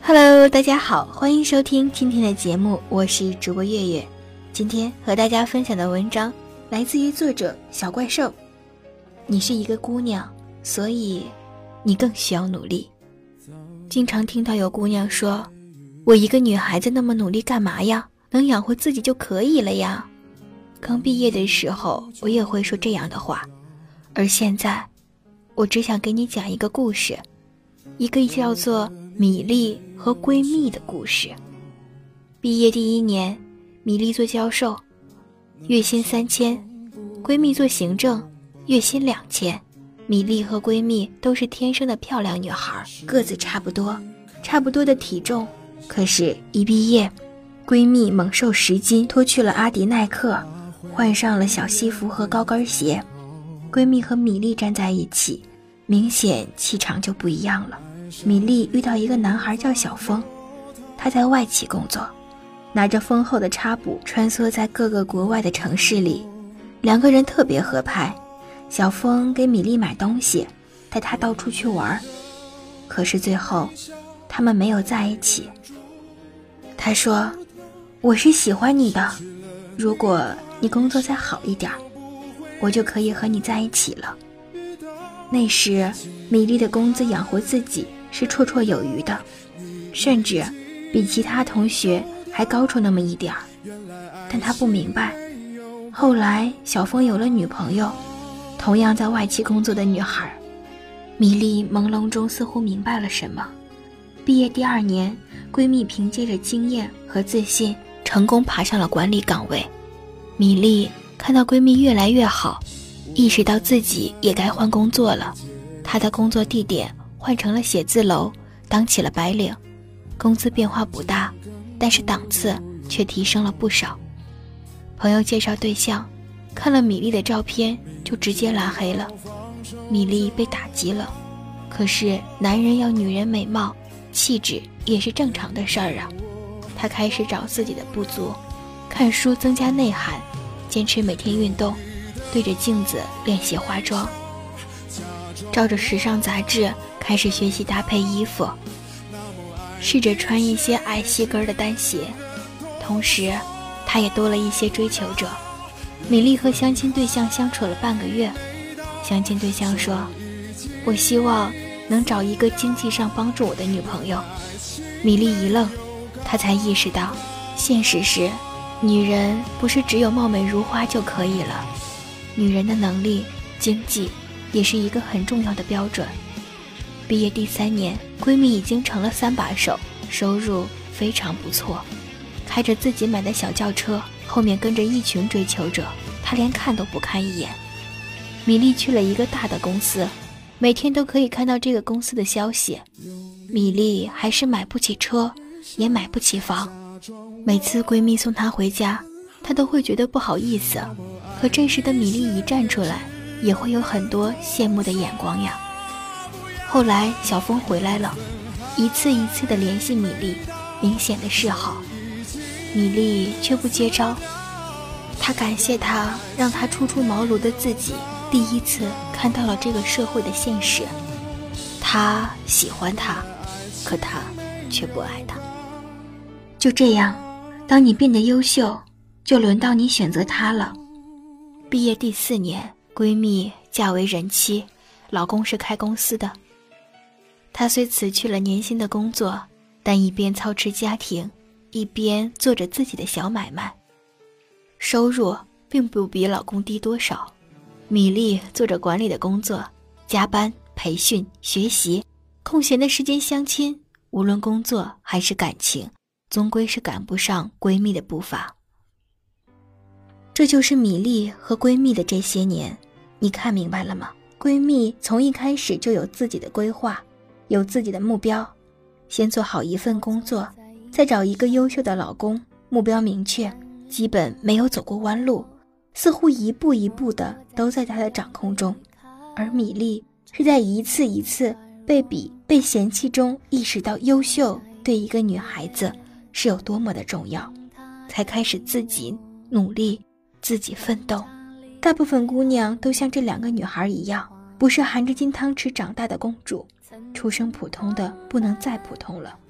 Hello， 大家好，欢迎收听今天的节目，我是主播月月。今天和大家分享的文章来自于作者小怪兽。你是一个姑娘，所以你更需要努力。经常听到有姑娘说，我一个女孩子那么努力干嘛呀？能养活自己就可以了呀。刚毕业的时候，我也会说这样的话。而现在，我只想给你讲一个故事，一个叫做米粒和闺蜜的故事。毕业第一年，米粒做销售，月薪3000，闺蜜做行政，月薪2000。米粒和闺蜜都是天生的漂亮女孩，个子差不多的体重。可是一毕业，闺蜜猛瘦10斤，脱去了阿迪耐克，换上了小西服和高跟鞋。闺蜜和米粒站在一起，明显气场就不一样了。米粒遇到一个男孩叫小峰，他在外企工作，拿着丰厚的插补穿梭在各个国外的城市里，两个人特别合拍。小峰给米粒买东西，带她到处去玩，可是最后他们没有在一起。他说，我是喜欢你的，如果你工作再好一点，我就可以和你在一起了。那时米粒的工资养活自己是绰绰有余的，甚至比其他同学还高出那么一点儿。但他不明白，后来小峰有了女朋友，同样在外企工作的女孩。米粒朦胧中似乎明白了什么。毕业第2年，闺蜜凭借着经验和自信成功爬上了管理岗位。米粒看到闺蜜越来越好，意识到自己也该换工作了。她的工作地点换成了写字楼，当起了白领，工资变化不大，但是档次却提升了不少。朋友介绍对象，看了米粒的照片就直接拉黑了。米粒被打击了，可是男人要女人美貌气质也是正常的事儿啊。她开始找自己的不足，看书增加内涵，坚持每天运动，对着镜子练习化妆，照着时尚杂志开始学习搭配衣服，试着穿一些矮细跟的单鞋。同时她也多了一些追求者。米粒和相亲对象相处了半个月，相亲对象说，我希望能找一个经济上帮助我的女朋友。米粒一愣，她才意识到现实是女人不是只有貌美如花就可以了，女人的能力经济也是一个很重要的标准。毕业第3年，闺蜜已经成了3把手，收入非常不错，开着自己买的小轿车，后面跟着一群追求者，她连看都不看一眼。米粒去了一个大的公司，每天都可以看到这个公司的消息。米粒还是买不起车，也买不起房，每次闺蜜送她回家，她都会觉得不好意思，可这时的米粒一站出来，也会有很多羡慕的眼光呀。后来小峰回来了，一次一次的联系米粒，明显的示好，米粒却不接招。她感谢他，让她初出茅庐的自己第一次看到了这个社会的现实。她喜欢他，可他却不爱他。就这样，当你变得优秀，就轮到你选择他了。毕业第4年，闺蜜嫁为人妻，老公是开公司的。她虽辞去了年薪的工作，但一边操持家庭，一边做着自己的小买卖，收入并不比老公低多少。米粒做着管理的工作，加班、培训、学习，空闲的时间相亲，无论工作还是感情，终归是赶不上闺蜜的步伐。这就是米粒和闺蜜的这些年，你看明白了吗？闺蜜从一开始就有自己的规划，有自己的目标，先做好一份工作，再找一个优秀的老公，目标明确，基本没有走过弯路，似乎一步一步的都在她的掌控中。而米粒是在一次一次被比、被嫌弃中意识到优秀对一个女孩子是有多么的重要，才开始自己努力，自己奋斗。大部分姑娘都像这2个女孩一样，不是含着金汤匙长大的公主，出生普通的不能再普通了。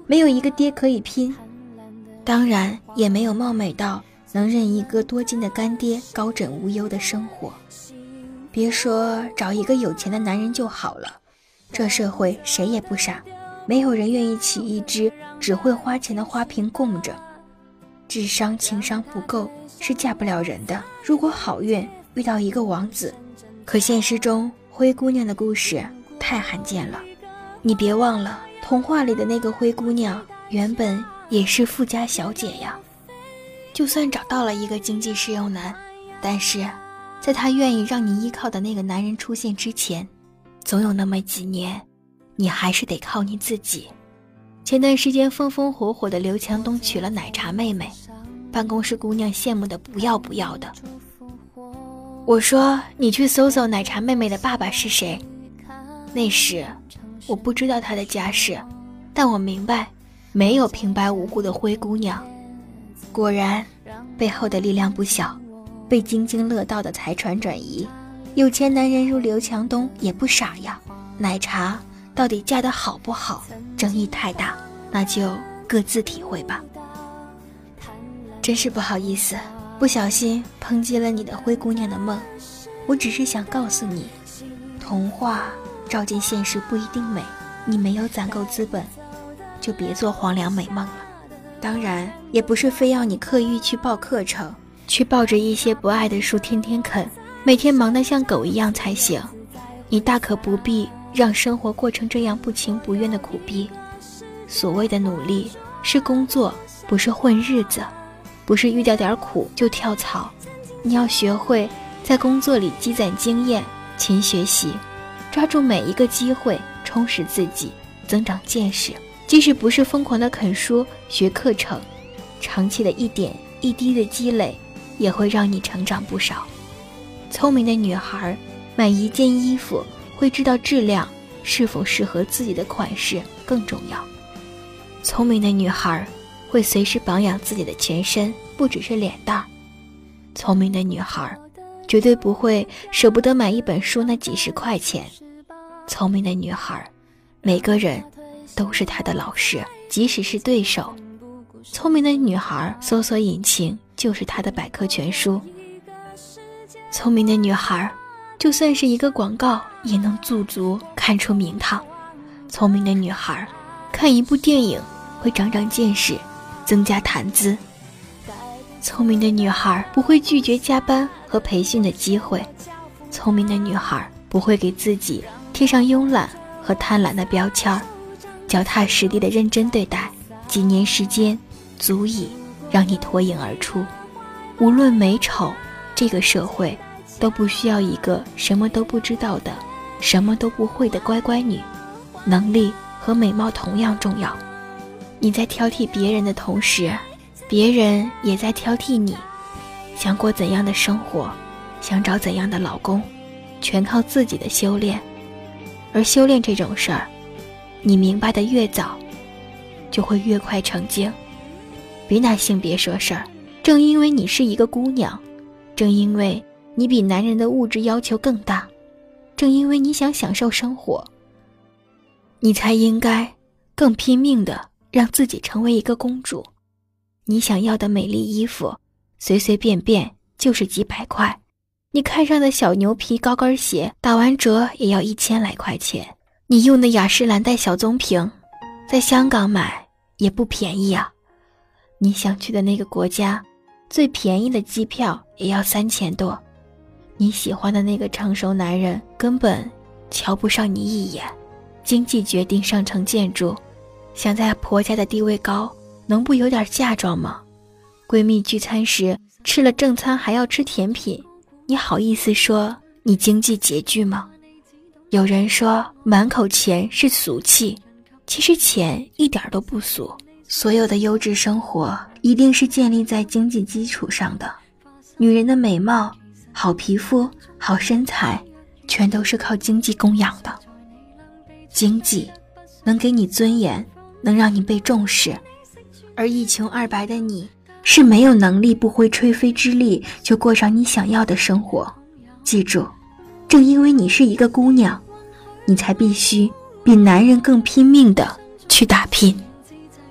没有一个爹可以拼，当然也没有貌美到能认一个多金的干爹高枕无忧的生活。别说找一个有钱的男人就好了，这社会谁也不傻，没有人愿意起一只只会花钱的花瓶供着。智商情商不够是嫁不了人的，如果好运遇到一个王子，可现实中灰姑娘的故事太罕见了。你别忘了，童话里的那个灰姑娘原本也是富家小姐呀。就算找到了一个经济适用男，但是在他愿意让你依靠的那个男人出现之前，总有那么几年你还是得靠你自己。前段时间风风火火的刘强东娶了奶茶妹妹，办公室姑娘羡慕的不要不要的。我说你去搜搜奶茶妹妹的爸爸是谁。那时我不知道他的家世，但我明白没有平白无故的灰姑娘。果然背后的力量不小，被津津乐道的财传转移。有钱男人如刘强东也不傻呀，奶茶到底嫁得好不好，争议太大，那就各自体会吧。真是不好意思，不小心抨击了你的灰姑娘的梦。我只是想告诉你，童话照进现实不一定美，你没有攒够资本，就别做黄粱美梦了。当然也不是非要你刻意去报课程，去抱着一些不爱的书天天啃，每天忙得像狗一样才行。你大可不必让生活过成这样不情不愿的苦逼。所谓的努力是工作，不是混日子，不是遇到点苦就跳槽。你要学会在工作里积攒经验，勤学习，抓住每一个机会，充实自己，增长见识。即使不是疯狂的啃书学课程，长期的一点一滴的积累也会让你成长不少。聪明的女孩买一件衣服会知道质量是否适合自己的款式更重要。聪明的女孩会随时保养自己的全身，不只是脸蛋。聪明的女孩绝对不会舍不得买一本书那几十块钱。聪明的女孩，每个人都是她的老师，即使是对手。聪明的女孩，搜索引擎就是她的百科全书。聪明的女孩，就算是一个广告也能驻足看出名堂。聪明的女孩，看一部电影会长长见识，增加谈资。聪明的女孩不会拒绝加班和培训的机会。聪明的女孩不会给自己贴上慵懒和贪婪的标签，脚踏实地的认真对待，几年时间足以让你脱颖而出。无论美丑，这个社会都不需要一个什么都不知道的、什么都不会的乖乖女，能力和美貌同样重要。你在挑剔别人的同时，别人也在挑剔你。想过怎样的生活，想找怎样的老公，全靠自己的修炼。而修炼这种事儿，你明白的越早，就会越快成精。别拿性别说事儿，正因为你是一个姑娘，正因为你比男人的物质要求更大，正因为你想享受生活，你才应该更拼命地让自己成为一个公主。你想要的美丽衣服，随随便便就是几百块，你看上的小牛皮高跟鞋，打完折也要1000来块钱。你用的雅诗兰黛小棕瓶，在香港买也不便宜啊。你想去的那个国家，最便宜的机票也要3000多。你喜欢的那个成熟男人根本瞧不上你一眼。经济决定上层建筑，想在婆家的地位高，能不有点嫁妆吗？闺蜜聚餐时吃了正餐还要吃甜品，你好意思说你经济拮据吗？有人说满口钱是俗气，其实钱一点都不俗。所有的优质生活一定是建立在经济基础上的。女人的美貌、好皮肤、好身材，全都是靠经济供养的。经济能给你尊严，能让你被重视，而一穷二白的你是没有能力，不会吹灰之力就过上你想要的生活。记住，正因为你是一个姑娘，你才必须比男人更拼命的去打拼。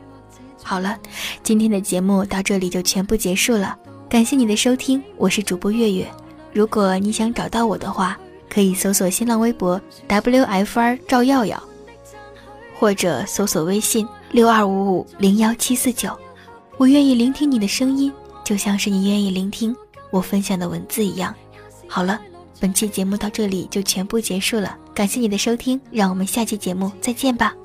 好了，今天的节目到这里就全部结束了，感谢你的收听，我是主播月月。如果你想找到我的话，可以搜索新浪微博 WFR 赵耀耀，或者搜索微信6255-01749。我愿意聆听你的声音，就像是你愿意聆听我分享的文字一样。好了，本期节目到这里就全部结束了，感谢你的收听，让我们下期节目再见吧。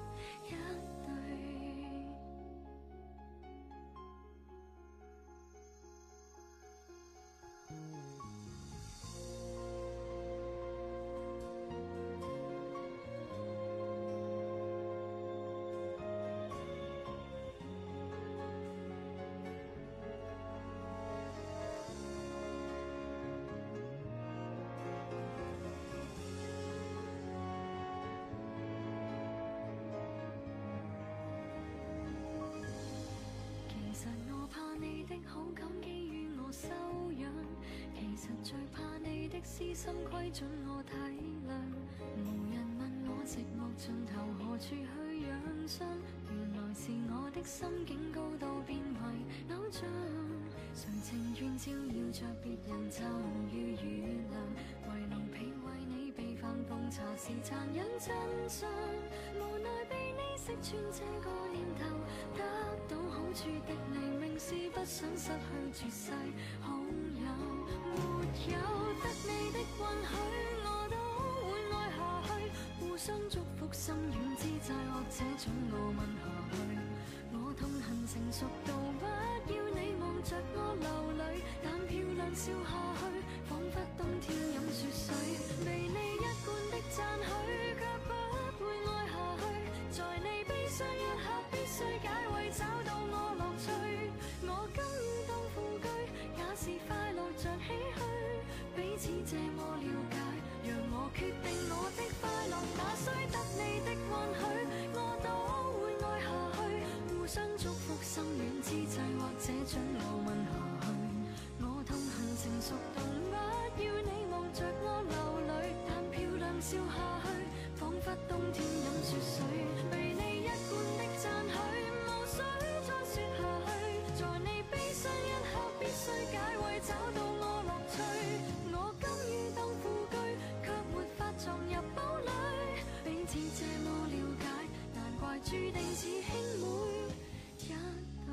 好感基於我修養，其實最怕你的私心窺準我體諒。無人問我寂寞盡頭何處去養傷，原來是我的心境高到變為偶像。誰情願照耀着別人就予雨涼，為奴婢為你備飯奉茶是殘忍真相，無奈被你識穿這個念頭，得到好處的你明是不想失去絕世好友，沒有得你的允許，我都會愛下去，互相祝福心軟之際，或者准我吻下去，我痛恨成熟到不要你望着我流淚，但漂亮笑下去，彷彿冬天飲雪水，被你一貫的讚許，卻不會愛下去，在你悲傷一刻必須解圍，找到我樂趣，我甘於當副居，也是快樂着唏噓，彼此這麼了解，讓我決定我的快樂，那須得你的允許，我都會愛下去，互相祝福心軟之際，或者准我吻下去，我痛恨成熟到不要你望着我流淚，但漂亮笑下去，彷彿冬天飲雪水，被你一貫的讚許，無需再說下去，在你悲傷一刻必須解圍，找到我樂趣，我甘於當副居，卻沒法藏入堡壘，彼此這麼了解，難怪注定似兄妹一對，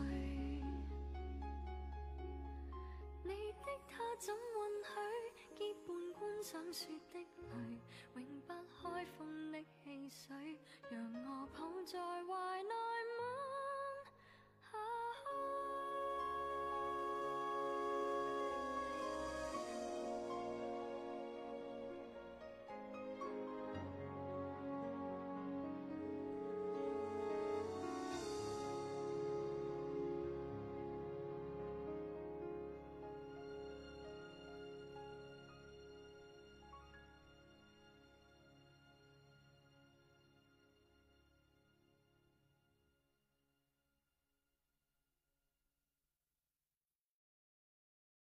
你的他怎允許結伴觀賞雪的淚，永不開封的汽水，讓我抱在懷